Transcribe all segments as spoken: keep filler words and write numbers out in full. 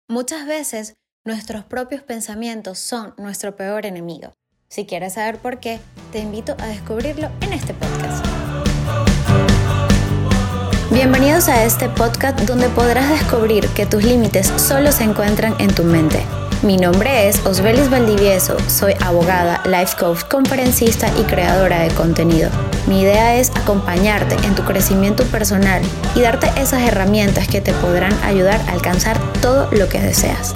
Muchas veces nuestros propios pensamientos son nuestro peor enemigo. Si quieres saber por qué, te invito a descubrirlo en este podcast. Bienvenidos a este podcast donde podrás descubrir que tus límites solo se encuentran en tu mente. Mi nombre es Osbelis Valdivieso, soy abogada, life coach, conferencista y creadora de contenido. Mi idea es acompañarte en tu crecimiento personal y darte esas herramientas que te podrán ayudar a alcanzar todo lo que deseas.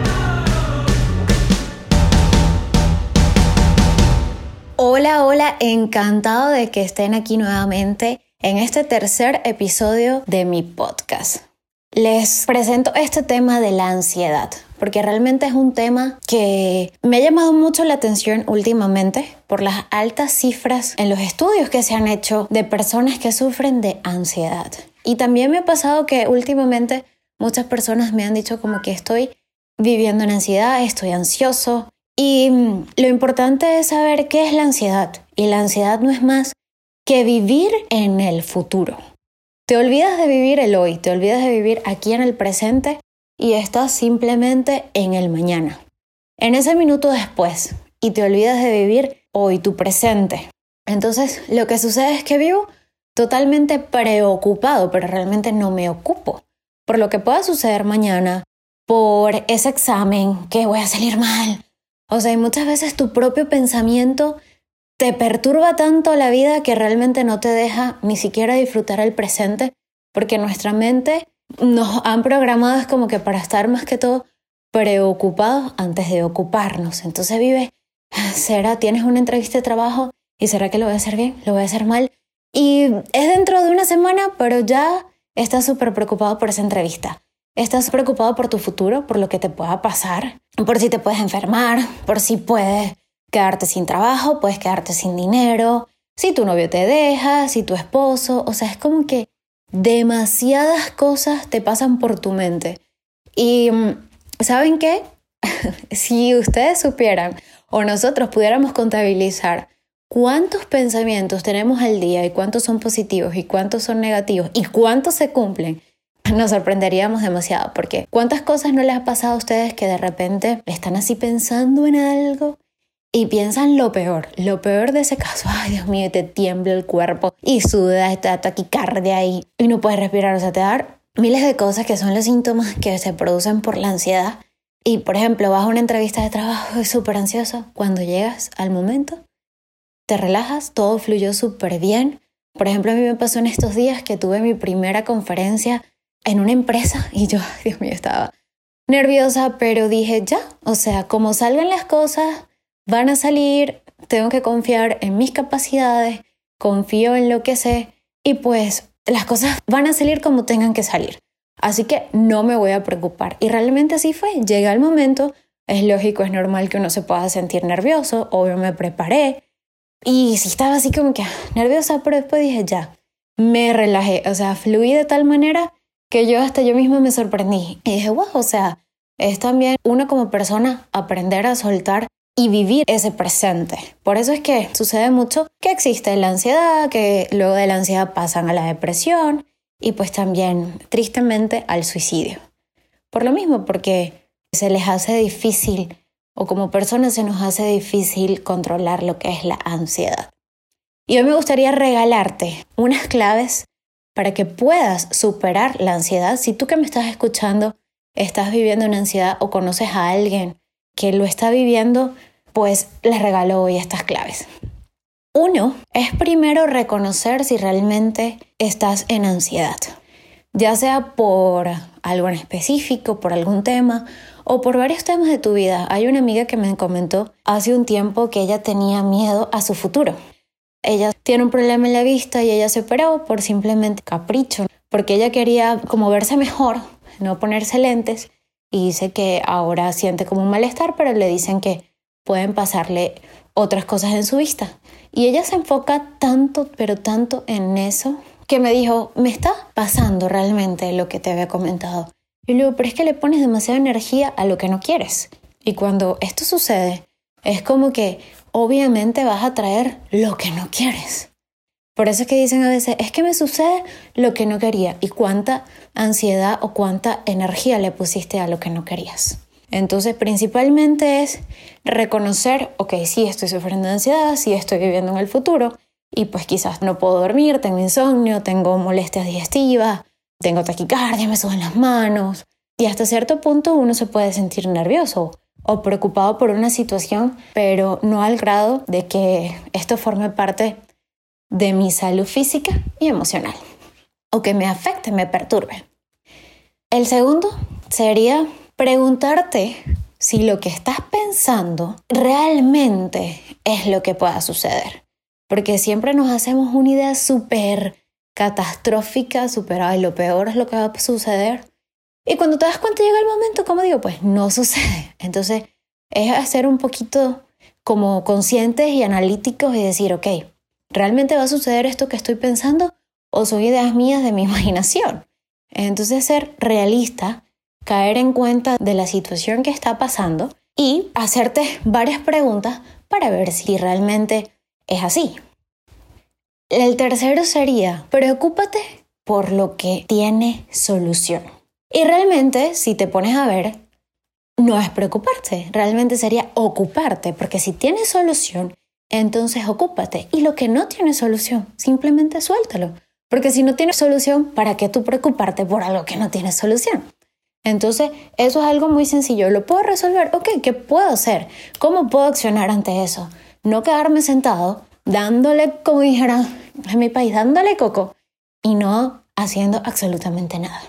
Hola, hola, encantado de que estén aquí nuevamente en este tercer episodio de mi podcast. Les presento este tema de la ansiedad, porque realmente es un tema que me ha llamado mucho la atención últimamente por las altas cifras en los estudios que se han hecho de personas que sufren de ansiedad. Y también me ha pasado que últimamente muchas personas me han dicho como que estoy viviendo en ansiedad, estoy ansioso. Y lo importante es saber qué es la ansiedad. Y la ansiedad no es más que vivir en el futuro. Te olvidas de vivir el hoy, te olvidas de vivir aquí en el presente y estás simplemente en el mañana. En ese minuto después, y te olvidas de vivir hoy, tu presente. Entonces, lo que sucede es que vivo totalmente preocupado, pero realmente no me ocupo por lo que pueda suceder mañana, por ese examen, que voy a salir mal. O sea, y muchas veces tu propio pensamiento te perturba tanto la vida que realmente no te deja ni siquiera disfrutar el presente, porque nuestra mente nos han programado es como que para estar más que todo preocupados antes de ocuparnos. Entonces vives, ¿será? Tienes una entrevista de trabajo y ¿será que lo voy a hacer bien? ¿Lo voy a hacer mal? Y es dentro de una semana, pero ya estás súper preocupado por esa entrevista. Estás preocupado por tu futuro, por lo que te pueda pasar, por si te puedes enfermar, por si puedes quedarte sin trabajo, puedes quedarte sin dinero, si tu novio te deja, si tu esposo, o sea, es como que demasiadas cosas te pasan por tu mente. Y ¿saben qué? Si ustedes supieran o nosotros pudiéramos contabilizar cuántos pensamientos tenemos al día y cuántos son positivos y cuántos son negativos y cuántos se cumplen, nos sorprenderíamos demasiado, porque ¿cuántas cosas no les ha pasado a ustedes que de repente están así pensando en algo y piensan lo peor, lo peor de ese caso? Ay, Dios mío, te tiembla el cuerpo y suda, está taquicardia y, y no puedes respirar. O sea, te da miles de cosas que son los síntomas que se producen por la ansiedad. Y, por ejemplo, vas a una entrevista de trabajo y súper ansioso. Cuando llegas al momento, te relajas, todo fluyó súper bien. Por ejemplo, a mí me pasó en estos días que tuve mi primera conferencia en una empresa y yo, Dios mío, estaba nerviosa, pero dije ya, o sea, como salgan las cosas, van a salir, tengo que confiar en mis capacidades, confío en lo que sé y pues las cosas van a salir como tengan que salir. Así que no me voy a preocupar. Y realmente así fue. Llega el momento, es lógico, es normal que uno se pueda sentir nervioso, obvio me preparé y sí estaba así como que nerviosa, pero después dije ya, me relajé, o sea, fluí de tal manera que yo hasta yo misma me sorprendí. Y dije, wow, o sea, es también uno como persona aprender a soltar y vivir ese presente. Por eso es que sucede mucho que existe la ansiedad, que luego de la ansiedad pasan a la depresión y pues también, tristemente, al suicidio. Por lo mismo, porque se les hace difícil, o como personas se nos hace difícil controlar lo que es la ansiedad. Y hoy me gustaría regalarte unas claves para que puedas superar la ansiedad. Si tú que me estás escuchando estás viviendo una ansiedad o conoces a alguien que lo está viviendo, pues les regalo hoy estas claves. Uno es primero reconocer si realmente estás en ansiedad, ya sea por algo en específico, por algún tema o por varios temas de tu vida. Hay una amiga que me comentó hace un tiempo que ella tenía miedo a su futuro. Ella tiene un problema en la vista y ella se operó por simplemente capricho, porque ella quería como verse mejor, no ponerse lentes, y dice que ahora siente como un malestar, pero le dicen que pueden pasarle otras cosas en su vista. Y ella se enfoca tanto, pero tanto en eso, que me dijo, me está pasando realmente lo que te había comentado. Y luego, pero es que le pones demasiada energía a lo que no quieres. Y cuando esto sucede, es como que obviamente vas a traer lo que no quieres. Por eso es que dicen a veces, es que me sucede lo que no quería. ¿Y cuánta ansiedad o cuánta energía le pusiste a lo que no querías? Entonces, principalmente es reconocer, ok, sí estoy sufriendo de ansiedad, sí estoy viviendo en el futuro, y pues quizás no puedo dormir, tengo insomnio, tengo molestias digestivas, tengo taquicardia, me suben las manos. Y hasta cierto punto uno se puede sentir nervioso o preocupado por una situación, pero no al grado de que esto forme parte de mi salud física y emocional, o que me afecte, me perturbe. El segundo sería preguntarte si lo que estás pensando realmente es lo que pueda suceder. Porque siempre nos hacemos una idea súper catastrófica, súper, ay, lo peor es lo que va a suceder. Y cuando te das cuenta llega el momento, como digo, pues no sucede. Entonces es hacer un poquito como conscientes y analíticos y decir, ok, ¿realmente va a suceder esto que estoy pensando o son ideas mías de mi imaginación? Entonces ser realista, caer en cuenta de la situación que está pasando y hacerte varias preguntas para ver si realmente es así. El tercero sería, preocúpate por lo que tiene solución. Y realmente, si te pones a ver, no es preocuparte, realmente sería ocuparte, porque si tiene solución, entonces ocúpate. Y lo que no tiene solución, simplemente suéltalo. Porque si no tiene solución, ¿para qué tú preocuparte por algo que no tiene solución? Entonces, eso es algo muy sencillo. ¿Lo puedo resolver? Ok, ¿qué puedo hacer? ¿Cómo puedo accionar ante eso? No quedarme sentado, dándole, como dijeran en mi país, dándole coco y no haciendo absolutamente nada.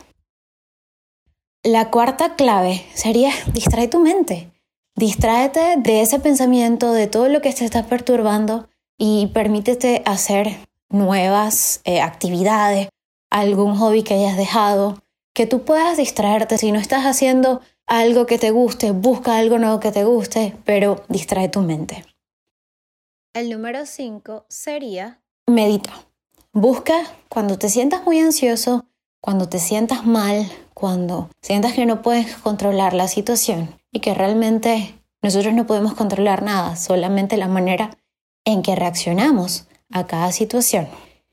La cuarta clave sería distrae tu mente. Distráete de ese pensamiento, de todo lo que te está perturbando y permítete hacer nuevas eh, actividades, algún hobby que hayas dejado, que tú puedas distraerte. Si no estás haciendo algo que te guste, busca algo nuevo que te guste, pero distrae tu mente. El número cinco sería medita. Busca cuando te sientas muy ansioso, cuando te sientas mal, cuando sientas que no puedes controlar la situación y que realmente nosotros no podemos controlar nada, solamente la manera en que reaccionamos a cada situación.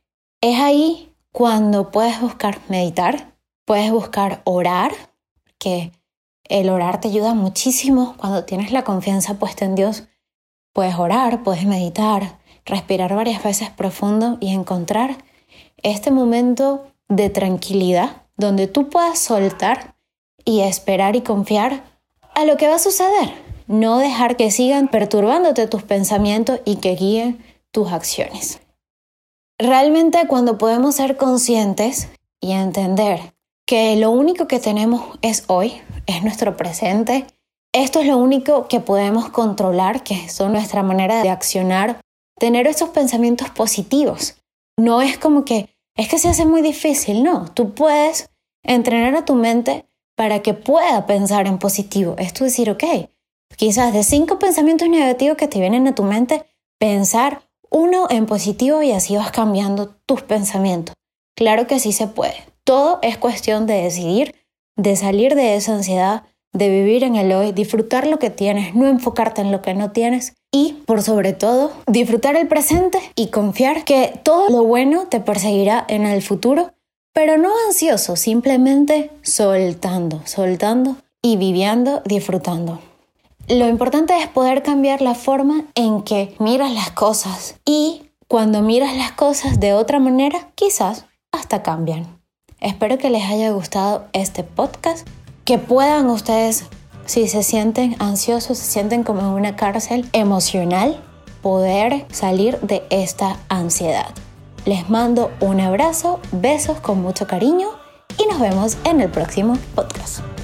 Es ahí cuando puedes buscar meditar, puedes buscar orar, que el orar te ayuda muchísimo cuando tienes la confianza puesta en Dios. Puedes orar, puedes meditar, respirar varias veces profundo y encontrar este momento de tranquilidad donde tú puedas soltar y esperar y confiar a lo que va a suceder. No dejar que sigan perturbándote tus pensamientos y que guíen tus acciones. Realmente cuando podemos ser conscientes y entender que lo único que tenemos es hoy, es nuestro presente, esto es lo único que podemos controlar, que son nuestra manera de accionar, tener esos pensamientos positivos. No es como que, es que se hace muy difícil, no. Tú puedes entrenar a tu mente para que pueda pensar en positivo. Esto es decir, ok, quizás de cinco pensamientos negativos que te vienen a tu mente, pensar uno en positivo y así vas cambiando tus pensamientos. Claro que sí se puede. Todo es cuestión de decidir, de salir de esa ansiedad, de vivir en el hoy, disfrutar lo que tienes, no enfocarte en lo que no tienes y, por sobre todo, disfrutar el presente y confiar que todo lo bueno te perseguirá en el futuro, pero no ansioso, simplemente soltando, soltando y viviendo, disfrutando. Lo importante es poder cambiar la forma en que miras las cosas y cuando miras las cosas de otra manera, quizás hasta cambian. Espero que les haya gustado este podcast, que puedan ustedes, si se sienten ansiosos, se sienten como en una cárcel emocional, poder salir de esta ansiedad. Les mando un abrazo, besos con mucho cariño y nos vemos en el próximo podcast.